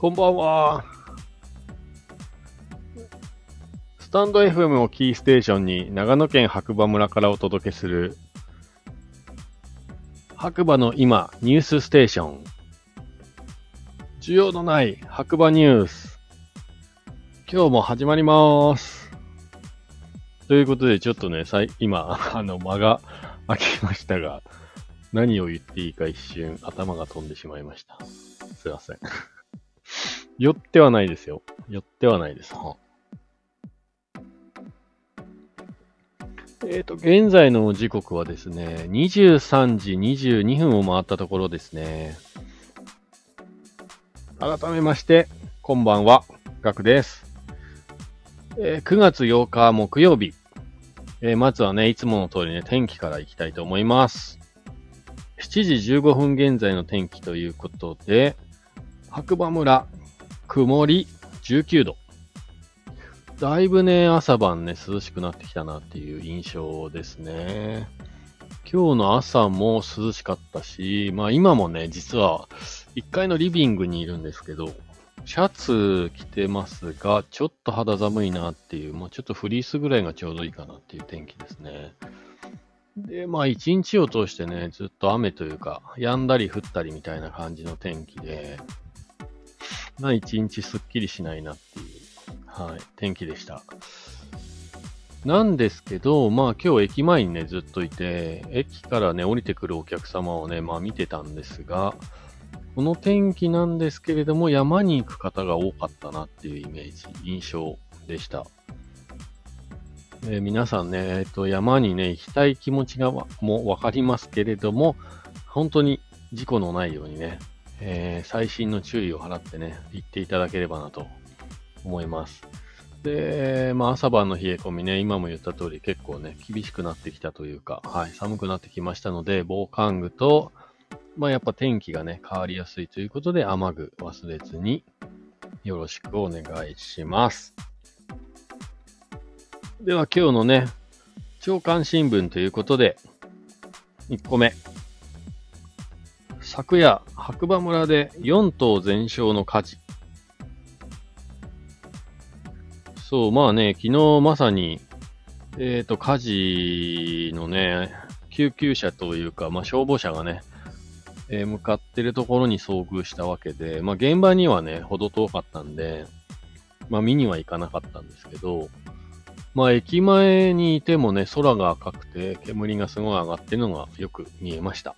こんばんは。スタンド FM をキーステーションに長野県白馬村からお届けする白馬の今ニュースステーション。需要のない白馬ニュース。今日も始まります。ということでちょっとね、今、間が空きましたが、何を言っていいか一瞬頭が飛んでしまいました。すいません。寄ってはないですよ。寄ってはないです。現在の時刻はですね、23時22分を回ったところですね。改めまして、こんばんは、ガクです。9月8日木曜日。まずはね、いつもの通りね、天気からいきたいと思います。7時15分現在の天気ということで、白馬村、曇り19度。だいぶね、朝晩ね、涼しくなってきたなっていう印象ですね。今日の朝も涼しかったし、まあ今もね、実は1階のリビングにいるんですけど、シャツ着てますが、ちょっと肌寒いなっていう、もうちょっとフリースぐらいがちょうどいいかなっていう天気ですね。で、まあ一日を通してね、ずっと雨というか、止んだり降ったりみたいな感じの天気で、まあ一日すっきりしないなっていう、天気でした。なんですけど、まあ今日駅前にね、ずっといて、駅からね、降りてくるお客様をね、まあ見てたんですが、この天気なんですけれども、山に行く方が多かったなっていうイメージ、印象でした。皆さんね、山にね、行きたい気持ちがもうわかりますけれども、本当に事故のないようにね、細心の注意を払ってね、行っていただければなと思います。で、まあ朝晩の冷え込みね、今も言った通り結構ね、厳しくなってきたというか、寒くなってきましたので、防寒具と、まあやっぱ天気がね、変わりやすいということで、雨具忘れずによろしくお願いします。では今日のね、朝刊新聞ということで、1個目。昨夜、白馬村で4棟全焼の火事。そう、まあね、昨日まさに、火事のね、救急車というか、まあ消防車がね、向かってるところに遭遇したわけで、まあ現場にはね、ほど遠かったんで、まあ見には行かなかったんですけど、まあ駅前にいてもね、空が赤くて煙がすごい上がってるのがよく見えました。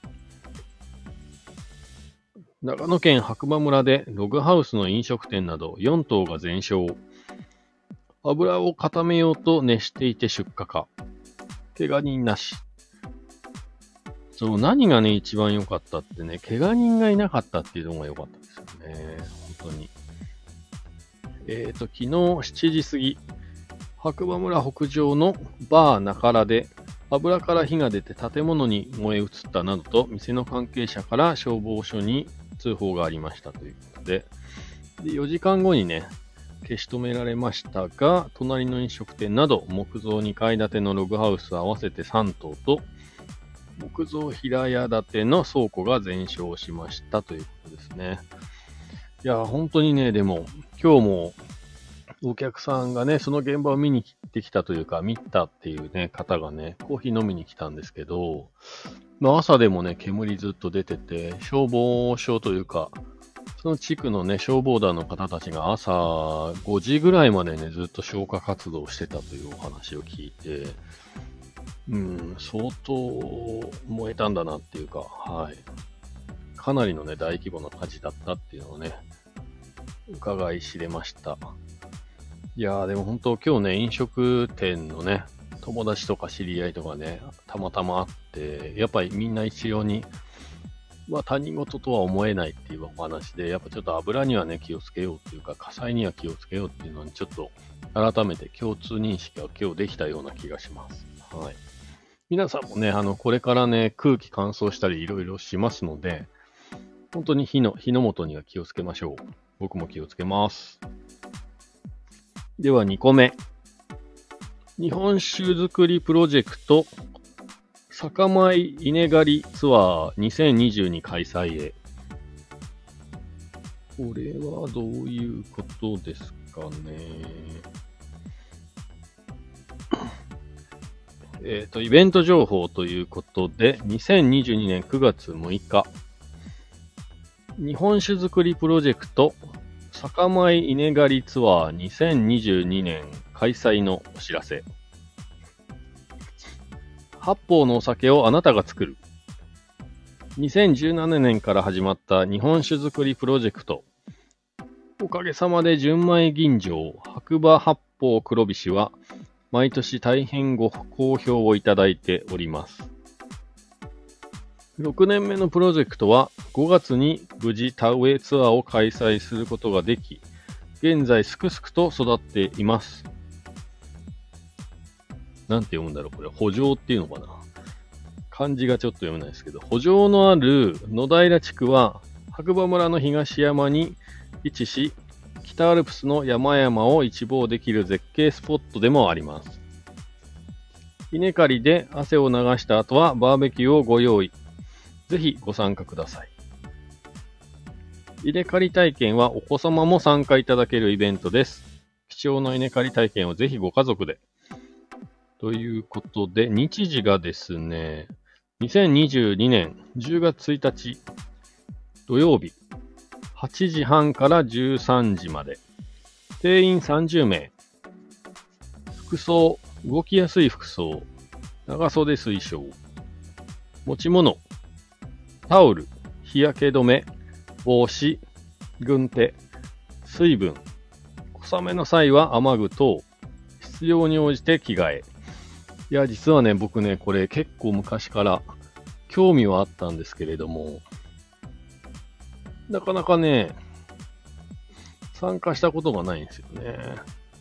長野県白馬村でログハウスの飲食店など4棟が全焼。油を固めようと熱していて出火か。怪我人なし。そう、何がね、一番良かったってね、怪我人がいなかったっていうのが良かったですよね。本当に。昨日7時過ぎ、白馬村北上のバー中良で油から火が出て建物に燃え移ったなどと店の関係者から消防署に通報がありましたということで、4時間後にね、消し止められましたが、隣の飲食店など木造2階建てのログハウス合わせて3棟と、木造平屋建ての倉庫が全焼しましたということですね。いや、本当にね、でも、今日もお客さんがね、その現場を見に来てきたというか、見たっていうね、方がね、コーヒー飲みに来たんですけど、まあ朝でもね、煙ずっと出てて、消防署というか、その地区のね、消防団の方たちが朝5時ぐらいまでね、ずっと消火活動をしてたというお話を聞いて、相当燃えたんだなっていうか、かなりのね、大規模な火事だったっていうのをね、伺い知れました。いやーでも本当今日ね、飲食店のね、友達とか知り合いとかね、たまたま会って、やっぱりみんな一様に、まあ他人事とは思えないっていうお話で、やっぱちょっと油にはね、気をつけようっていうか、火災には気をつけようっていうのにちょっと改めて共通認識が今日できたような気がします。皆さんもね、これからね、空気乾燥したりいろいろしますので、本当に火の元には気をつけましょう。僕も気をつけます。では2個目。日本酒造りプロジェクト、酒米稲刈りツアー2022開催へ。 これはどういうことですかね。イベント情報ということで、2022年9月6日、日本酒造りプロジェクト、酒米稲刈りツアー2022年開催のお知らせ。八方のお酒をあなたが作る。2017年から始まった日本酒造りプロジェクト。おかげさまで純米吟醸、白馬八方黒菱は、毎年大変ご好評をいただいております。6年目のプロジェクトは5月に無事田植えツアーを開催することができ、現在すくすくと育っています。なんて読むんだろうこれ、圃場っていうのかな。漢字がちょっと読めないですけど、圃場のある野平地区は白馬村の東山に位置し、北アルプスの山々を一望できる絶景スポットでもあります。稲刈りで汗を流した後はバーベキューをご用意。ぜひご参加ください。稲刈り体験はお子様も参加いただけるイベントです。貴重な稲刈り体験をぜひご家族で。ということで、日時がですね、2022年10月1日土曜日、8時半から13時まで。定員30名。服装、動きやすい服装。長袖推奨。持ち物。タオル、日焼け止め、帽子、軍手、水分。小雨の際は雨具等。必要に応じて着替え。いや、実はね、僕ね、これ結構昔から興味はあったんですけれども、なかなかね、参加したことがないんですよね。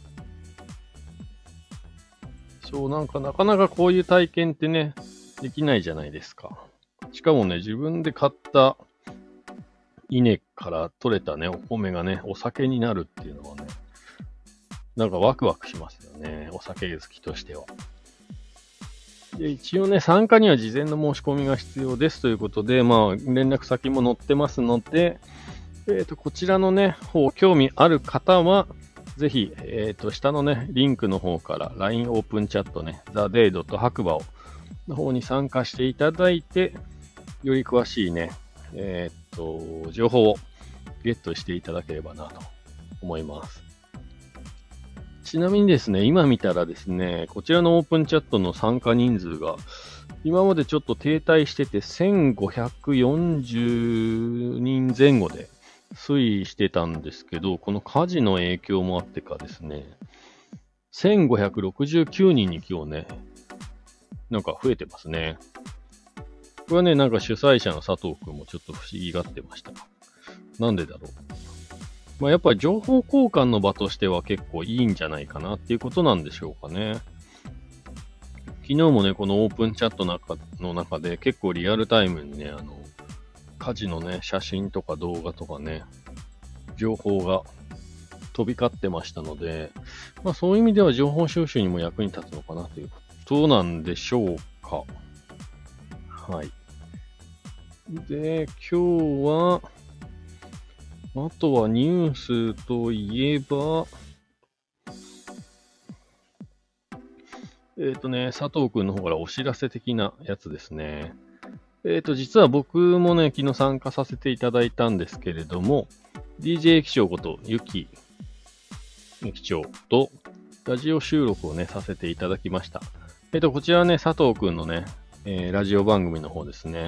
そう、なかなかこういう体験ってね、できないじゃないですか。しかもね、自分で買った稲から取れたね、お米がね、お酒になるっていうのはね、なんかワクワクしますよね、お酒好きとしては。で一応ね、参加には事前の申し込みが必要ですということで、まあ、連絡先も載ってますので、こちらのね、興味ある方は、ぜひ、下のね、リンクの方から LINE オープンチャットね、theday. 白馬の方に参加していただいて、より詳しいね、情報をゲットしていただければなと思います。ちなみにですね、今見たらですね、こちらのオープンチャットの参加人数が、今までちょっと停滞してて、1540人前後で推移してたんですけど、この火事の影響もあってかですね、1569人に今日ね、なんか増えてますね。これはね、なんか主催者の佐藤くんもちょっと不思議がってました。なんでだろう。まあ、やっぱり情報交換の場としては結構いいんじゃないかなっていうことなんでしょうかね。昨日もね、このオープンチャットの中で結構リアルタイムにね、火事のね、写真とか動画とかね、情報が飛び交ってましたので、まあそういう意味では情報収集にも役に立つのかなということなんでしょうか。はい。で、今日は、あとはニュースといえば、佐藤くんの方からお知らせ的なやつですね。実は僕もね、昨日参加させていただいたんですけれども、DJ 駅長ことゆき駅長とラジオ収録をね、させていただきました。こちらはね、佐藤くんのね、ラジオ番組の方ですね。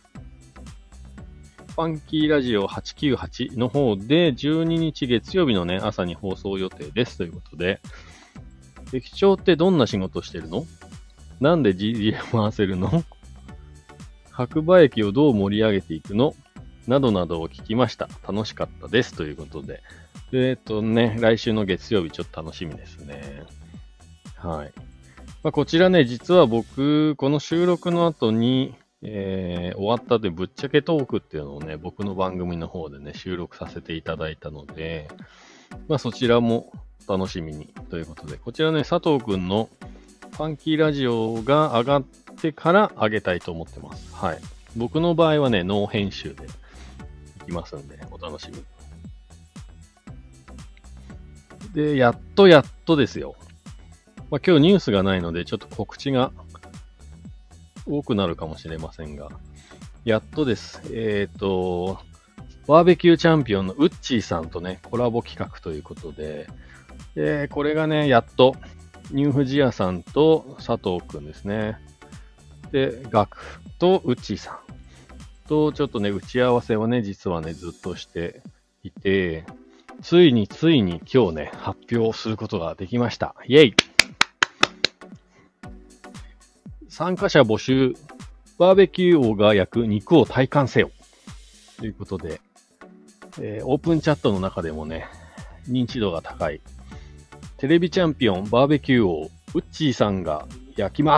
ファンキーラジオ898の方で12日月曜日のね、朝に放送予定ですということで、駅長ってどんな仕事してるの？なんで GG を回せるの？白馬駅をどう盛り上げていくの？などなどを聞きました。楽しかったですということで。来週の月曜日ちょっと楽しみですね。はい。まあ、こちらね、実は僕、この収録の後に、終わったでぶっちゃけトークっていうのをね、僕の番組の方でね、収録させていただいたので、まあそちらも楽しみにということで、こちらね、佐藤くんのファンキーラジオが上がってから上げたいと思ってます。はい。僕の場合はね、ノー編集でいきますんで、お楽しみに。 で、やっとですよ。今日ニュースがないので、ちょっと告知が多くなるかもしれませんが、やっとです。バーベキューチャンピオンのウッチーさんとね、コラボ企画ということで、これがね、やっと、ニューフジヤさんと佐藤くんですね。で、ガクとウッチーさんと、ちょっとね、打ち合わせをね、実はね、ずっとしていて、ついに今日ね、発表することができました。イェイ！参加者募集、バーベキュー王が焼く肉を体感せよ。ということで、オープンチャットの中でもね、認知度が高い、テレビチャンピオンバーベキュー王、ウッチーさんが焼きます。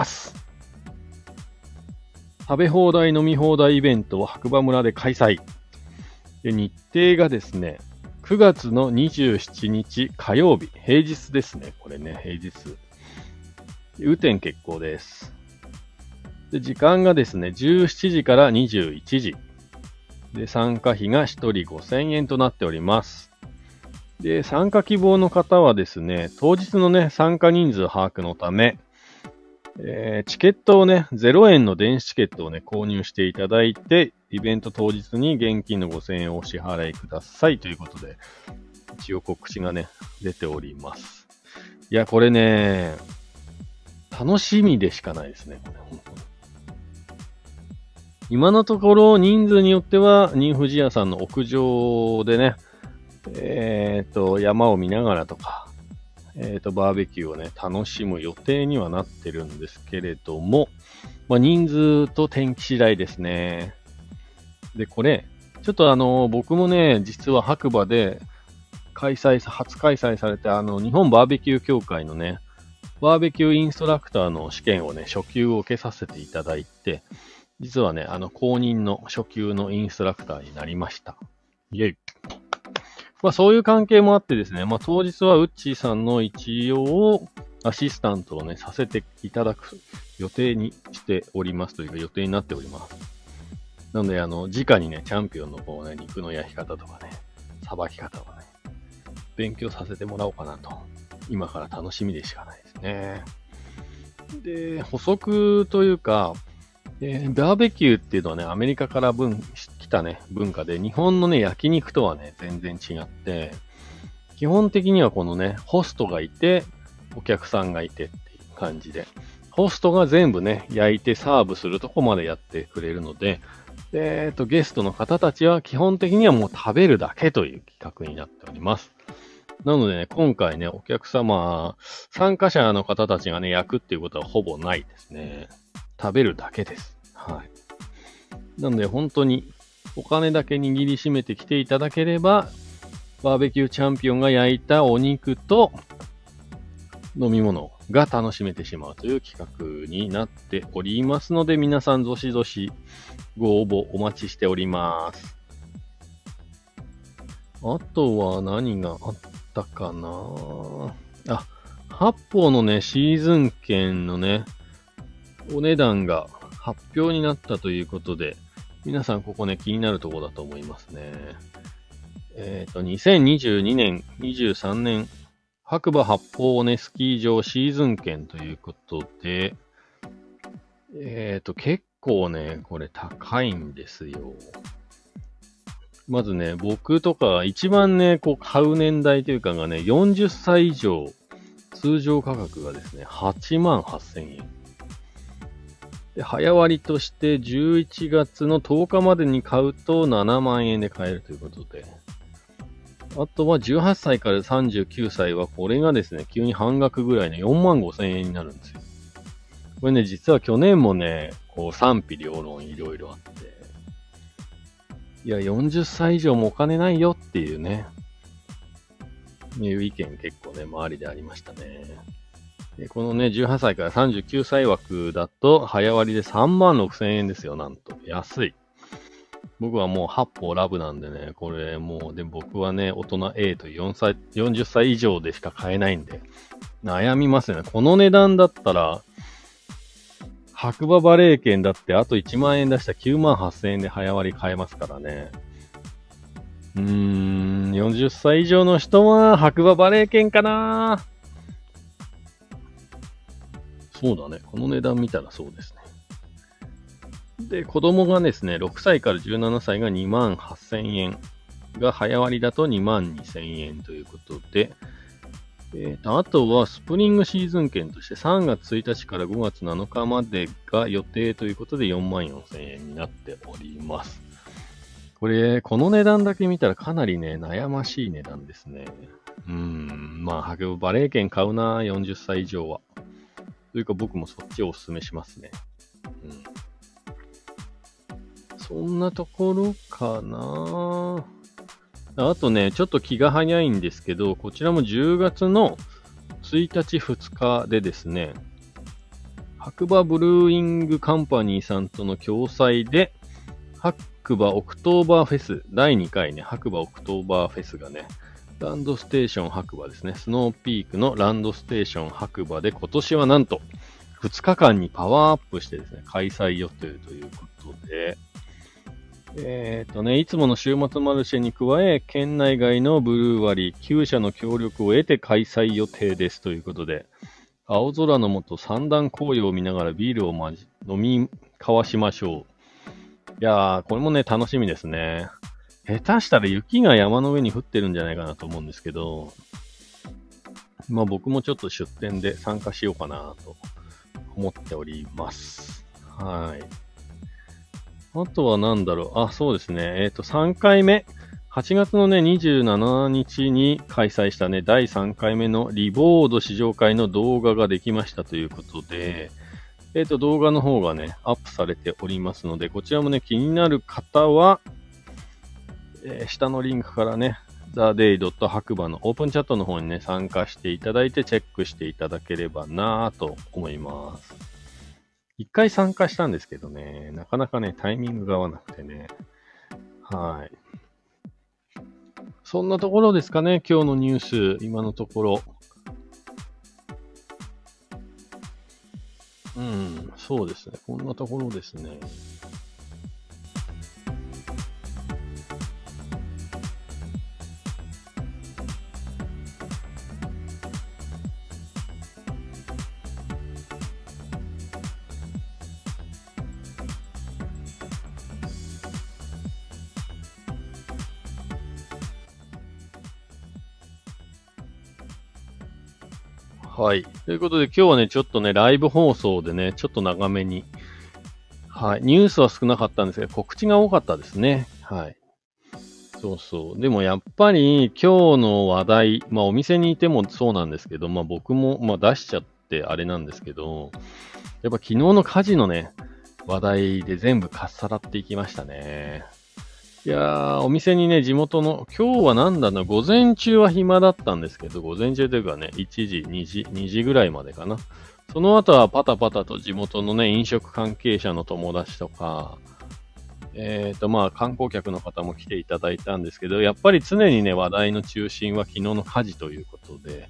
食べ放題飲み放題イベントを白馬村で開催。で、日程がですね、9月の27日火曜日、平日ですね。これね、平日。雨天決行です。で、時間がですね、17時から21時。で、参加費が1人5000円となっております。で、参加希望の方はですね、当日のね、参加人数把握のため、チケットをね、0円の電子チケットをね、購入していただいて、イベント当日に現金の5000円をお支払いくださいということで、一応告知がね、出ております。いや、これね、楽しみでしかないですね、これ、本当に。今のところ、人数によっては、ニンフジヤさんの屋上でね、山を見ながらとか、バーベキューをね、楽しむ予定にはなってるんですけれども、人数と天気次第ですね。で、これ、ちょっと僕もね、実は白馬で初開催された日本バーベキュー協会のね、バーベキューインストラクターの試験をね、初級を受けさせていただいて、実はね、公認の初級のインストラクターになりました。イェイ。そういう関係もあってですね、当日はウッチーさんの一応アシスタントをね、させていただく予定にしておりますというか予定になっております。なので、直にね、チャンピオンの方ね、肉の焼き方とかね、さばき方をね、勉強させてもらおうかなと、今から楽しみでしかないですね。で、補足というか、バーベキューっていうのはね、アメリカから来たね、文化で、日本のね、焼肉とはね、全然違って、基本的にはこのね、ホストがいて、お客さんがいてっていう感じで、ホストが全部ね、焼いてサーブするとこまでやってくれるので、ゲストの方たちは基本的にはもう食べるだけという企画になっております。なのでね、今回ね、お客様、参加者の方たちがね、焼くっていうことはほぼないですね。食べるだけです。はい。なので本当にお金だけ握りしめてきていただければ、バーベキューチャンピオンが焼いたお肉と飲み物が楽しめてしまうという企画になっておりますので、皆さんどしどしご応募お待ちしております。あとは何があったかな。八方のね、シーズン券のね、お値段が発表になったということで、皆さんここね、気になるところだと思いますね。2022年、23年、白馬八方尾根スキー場シーズン券ということで、結構ね、これ高いんですよ。まずね、僕とか一番ね、買う年代というかがね、40歳以上、通常価格がですね、88,000円。で、早割として11月の10日までに買うと7万円で買えるということで。あとは18歳から39歳はこれがですね、急に半額ぐらいの45,000円になるんですよ。これね、実は去年もね、賛否両論いろいろあって。いや、40歳以上もお金ないよっていうね、いう意見結構ね、周りでありましたね。でこのね、18歳から39歳枠だと、早割りで36,000円ですよ、なんと。安い。僕はもう八方ラブなんでね、これもう、で僕はね、大人 A と40歳以上でしか買えないんで、悩みますよね。この値段だったら、白馬バレー券だってあと1万円出したら98,000円で早割り買えますからね。 40歳以上の人は白馬バレー券かな。そうだね。この値段見たらそうですね。で、子供がですね、6歳から17歳が28,000円が早割だと22,000円ということで、あとはスプリングシーズン券として3月1日から5月7日までが予定ということで44,000円になっております。これ、この値段だけ見たらかなりね、悩ましい値段ですね。まあ、白馬バレー券買うな、40歳以上は。というか僕もそっちをお勧めしますね。そんなところかな。あとね、ちょっと気が早いんですけど、こちらも10月の1日2日でですね、白馬ブルーイングカンパニーさんとの共催で、白馬オクトーバーフェス、第2回ね、白馬オクトーバーフェスがね、ランドステーション白馬ですね、スノーピークのランドステーション白馬で今年はなんと2日間にパワーアップしてですね、開催予定ということで、いつもの週末マルシェに加え、県内外のブルー割9社の協力を得て開催予定ですということで、青空の下三段紅葉を見ながらビールを飲み交わしましょう。いやー、これもね、楽しみですね。下手したら雪が山の上に降ってるんじゃないかなと思うんですけど、まあ僕もちょっと出店で参加しようかなと思っております。はい。あとは何だろう。そうですね。3回目。8月のね、27日に開催したね、第3回目のリボード試乗会の動画ができましたということで、動画の方がね、アップされておりますので、こちらもね、気になる方は、下のリンクからね、theday. 白馬のオープンチャットの方にね、参加していただいてチェックしていただければなぁと思います。一回参加したんですけどね、なかなかね、タイミングが合わなくてね。はい。そんなところですかね、今日のニュース、今のところ。そうですね。こんなところですね。はい。ということで今日はね、ちょっとね、ライブ放送でね、ちょっと長めに。はい。ニュースは少なかったんですけど、告知が多かったですね。はい。そうそう。でもやっぱり今日の話題、まあお店にいてもそうなんですけど、まあ僕もまあ出しちゃってあれなんですけど、やっぱ昨日の火事のね、話題で全部かっさらっていきましたね。いやー、お店にね、地元の、今日はなんだろう、午前中は暇だったんですけど、午前中というかね、1時、2時ぐらいまでかな。その後はパタパタと地元のね、飲食関係者の友達とか、まあ、観光客の方も来ていただいたんですけど、やっぱり常にね、話題の中心は昨日の火事ということで、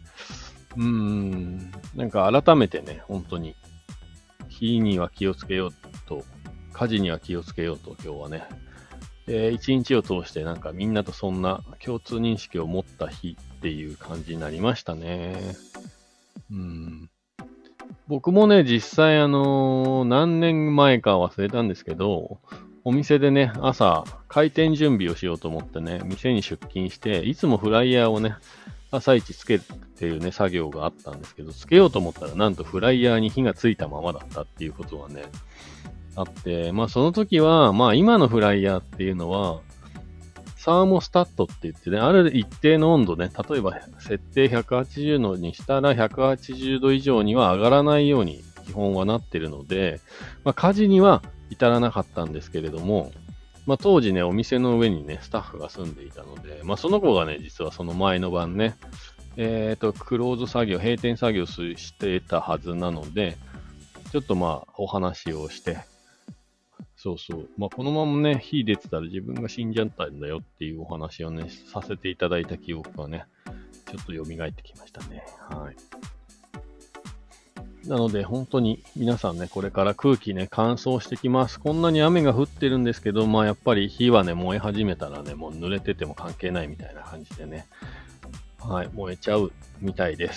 なんか改めてね、本当に、火には気をつけようと、火事には気をつけようと今日はね、一日を通してなんかみんなとそんな共通認識を持った日っていう感じになりましたね。僕もね、実際何年前か忘れたんですけど、お店でね、朝、開店準備をしようと思ってね、店に出勤して、いつもフライヤーをね、朝一つけるっていうね、作業があったんですけど、つけようと思ったら、なんとフライヤーに火がついたままだったっていうことがね、あって、まあその時は、まあ今のフライヤーっていうのは、サーモスタットって言ってね、ある一定の温度ね、例えば設定180度にしたら180度以上には上がらないように基本はなってるので、まあ火事には至らなかったんですけれども、まあ当時ね、お店の上にね、スタッフが住んでいたので、まあその子がね、実はその前の晩ね、クローズ作業、閉店作業してたはずなので、ちょっとまあお話をして、そうそう。まあ、このままね、火出てたら自分が死んじゃったんだよっていうお話をね、させていただいた記憶がね、ちょっと蘇ってきましたね。はい。 なので本当に皆さんね、これから空気ね、乾燥してきます。こんなに雨が降ってるんですけど、まあやっぱり火はね、燃え始めたらね、もう濡れてても関係ないみたいな感じでね、はい、燃えちゃうみたいです。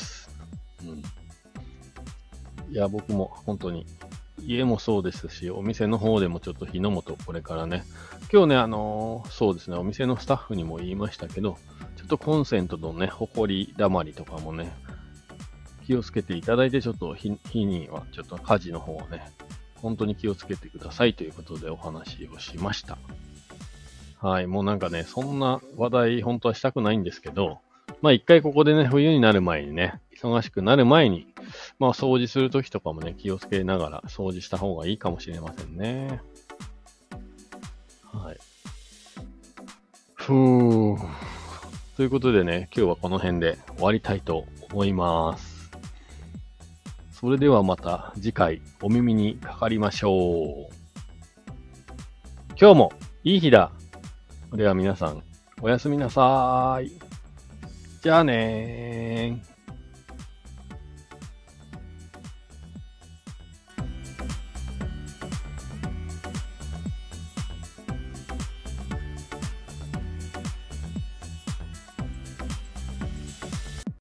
いや、僕も本当に、家もそうですし、お店の方でもちょっと火の元、これからね、今日ね、そうですね、お店のスタッフにも言いましたけど、ちょっとコンセントのね、ホコリ溜まりとかもね、気をつけていただいて、ちょっと火には、ちょっと火事の方はね、本当に気をつけてくださいということでお話をしました。はい、もうなんかね、そんな話題本当はしたくないんですけど、まあ一回ここでね、冬になる前にね、忙しくなる前に、まあ掃除するときとかもね、気をつけながら掃除した方がいいかもしれませんね。はい。ふー。ということでね、今日はこの辺で終わりたいと思います。それではまた次回お耳にかかりましょう。今日もいい日だ。では皆さん、おやすみなさーい。じゃあねー。